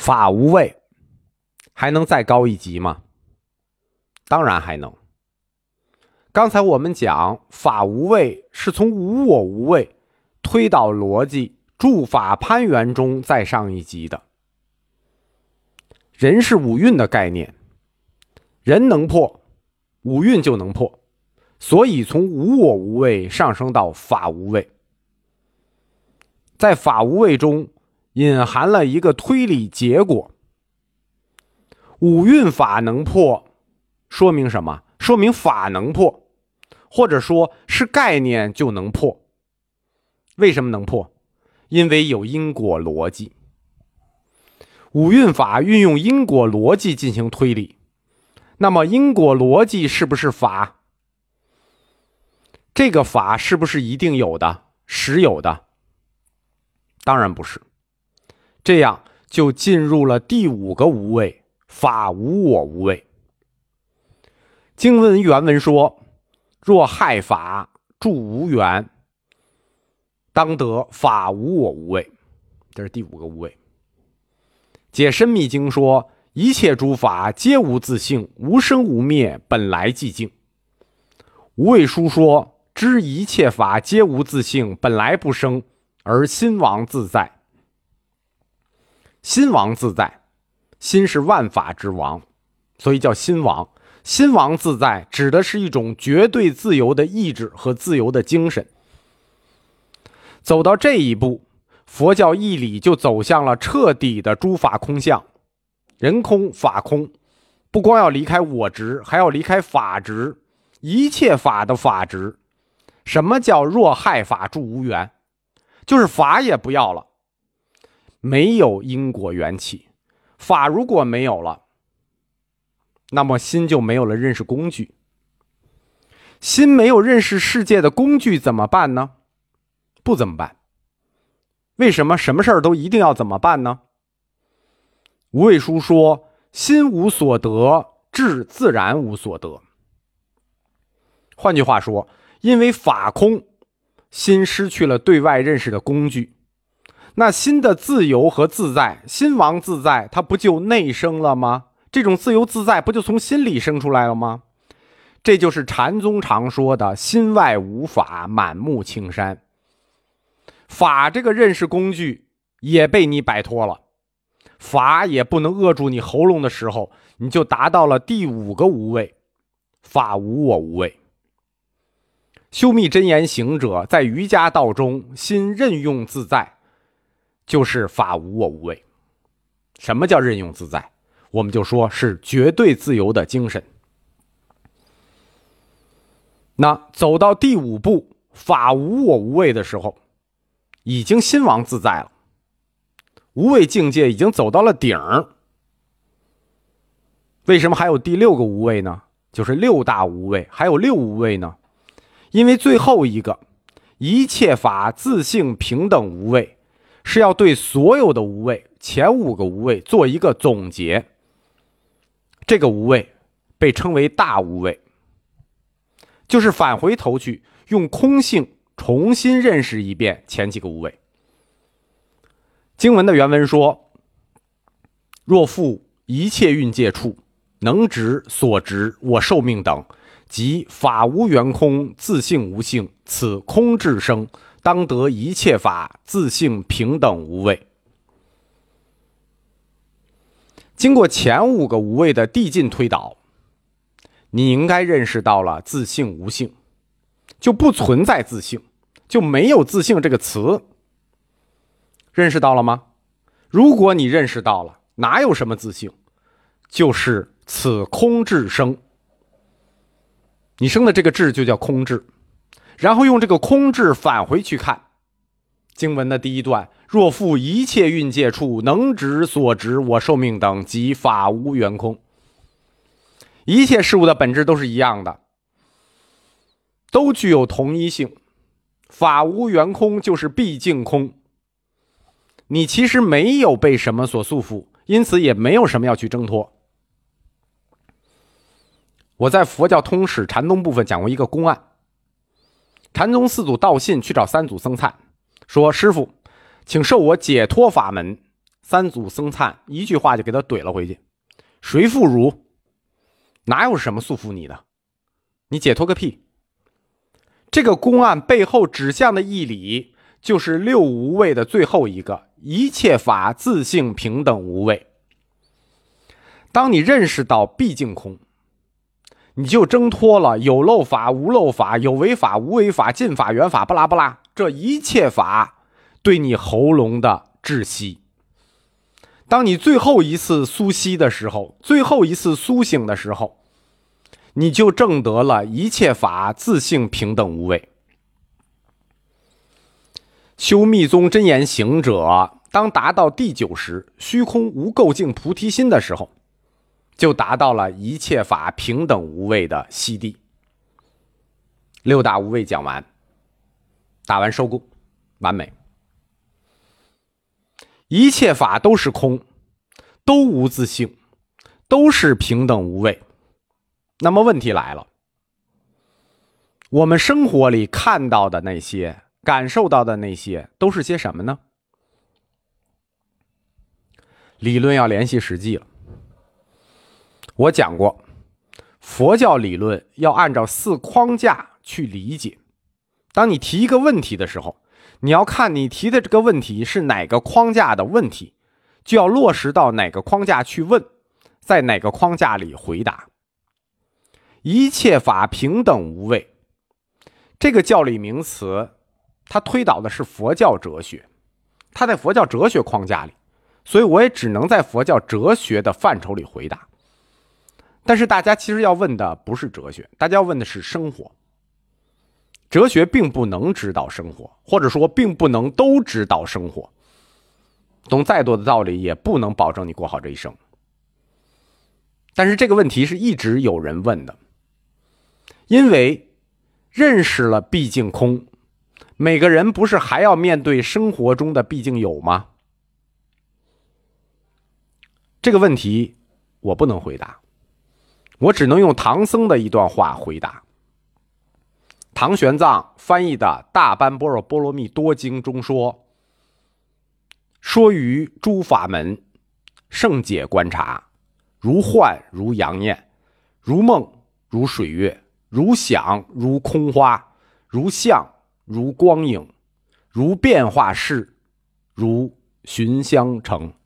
法无畏还能再高一级吗？当然还能。刚才我们讲法无畏是从无我无畏推导逻辑诸法攀缘中再上一级的。人是五蕴的概念，人能破，五蕴就能破，所以从无我无畏上升到法无畏。在法无畏中隐含了一个推理结果。五蕴法能破，说明什么？说明法能破，或者说是概念就能破。为什么能破？因为有因果逻辑。五蕴法运用因果逻辑进行推理，那么因果逻辑是不是法？这个法是不是一定有的、实有的？当然不是。这样就进入了第五个无畏，法无我无畏。经文原文说：若害法，著无缘，当得法无我无畏。这是第五个无畏。解深密经说：一切诸法皆无自性，无生无灭，本来寂静。无畏书说：知一切法皆无自性，本来不生，而心王自在。心王自在，心是万法之王，所以叫心王。心王自在指的是一种绝对自由的意志和自由的精神。走到这一步，佛教义理就走向了彻底的诸法空相，人空法空，不光要离开我执，还要离开法执，一切法的法执。什么叫若害法著无缘？就是法也不要了，没有因果缘起。法如果没有了，那么心就没有了认识工具。心没有认识世界的工具怎么办呢？不怎么办。为什么什么事儿都一定要怎么办呢？无畏书说：心无所得，智自然无所得。换句话说，因为法空，心失去了对外认识的工具。那心的自由和自在，心王自在，它不就内生了吗？这种自由自在不就从心里生出来了吗？这就是禅宗常说的心外无法，满目青山。法这个认识工具也被你摆脱了，法也不能扼住你喉咙的时候，你就达到了第五个无畏，法无我无畏。修密真言行者在瑜伽道中心任用自在，就是法无我无畏。什么叫任用自在？我们就说是绝对自由的精神。那走到第五步法无我无畏的时候，已经心王自在了，无畏境界已经走到了顶儿。为什么还有第六个无畏呢？就是六大无畏，还有六无畏呢？因为最后一个一切法自性平等无畏，是要对所有的无畏，前五个无畏做一个总结。这个无畏被称为大无畏，就是返回头去用空性重新认识一遍前几个无畏。经文的原文说：若复一切蕴界处，能执所执我寿命等，即法无圆空，自性无性，此空智生，当得一切法自性平等无畏。经过前五个无畏的递进推导，你应该认识到了自性无性，就不存在自性，就没有自性这个词。认识到了吗？如果你认识到了，哪有什么自性？就是此空智生。你生的这个智就叫空智，然后用这个空智返回去看经文的第一段：若复一切蕴界处，能执所执我寿命等，即法无圆空。一切事物的本质都是一样的，都具有同一性。法无圆空就是毕竟空。你其实没有被什么所束缚，因此也没有什么要去挣脱。我在佛教通史禅宗部分讲过一个公案，禅宗四祖道信去找三祖僧璨，说：师父，请授我解脱法门。 三祖僧璨一句话就给他怼了回去：谁负汝？哪有什么束缚你的？你解脱个屁！这个公案背后指向的义理，就是六无畏的最后一个：一切法自性平等无畏。当你认识到毕竟空，你就挣脱了有漏法、无漏法、有为法、无为法、尽法、缘法，不拉不拉，这一切法对你喉咙的窒息。当你最后一次苏息的时候，最后一次苏醒的时候，你就证得了一切法自性平等无畏。修密宗真言行者，当达到第9时，虚空无垢净菩提心的时候，就达到了一切法平等无畏的悉地。六大无畏讲完，打完收工，完美。一切法都是空，都无自性，都是平等无畏。那么问题来了，我们生活里看到的那些，感受到的那些，都是些什么呢？理论要联系实际了。我讲过，佛教理论要按照4框架去理解。当你提一个问题的时候，你要看你提的这个问题是哪个框架的问题，就要落实到哪个框架去问，在哪个框架里回答。一切法平等无畏，这个教理名词，它推导的是佛教哲学，它在佛教哲学框架里，所以我也只能在佛教哲学的范畴里回答。但是大家其实要问的不是哲学，大家要问的是生活。哲学并不能指导生活，或者说并不能都指导生活。懂再多的道理也不能保证你过好这一生。但是这个问题是一直有人问的，因为认识了毕竟空，每个人不是还要面对生活中的毕竟有吗？这个问题我不能回答，我只能用唐僧的一段话回答。唐玄奘翻译的《大般般若波罗蜜多经》中说：说于诸法门，圣解观察，如幻如阳焰，如梦如水月，如想如空花，如相如光影，如变化事，如寻香成。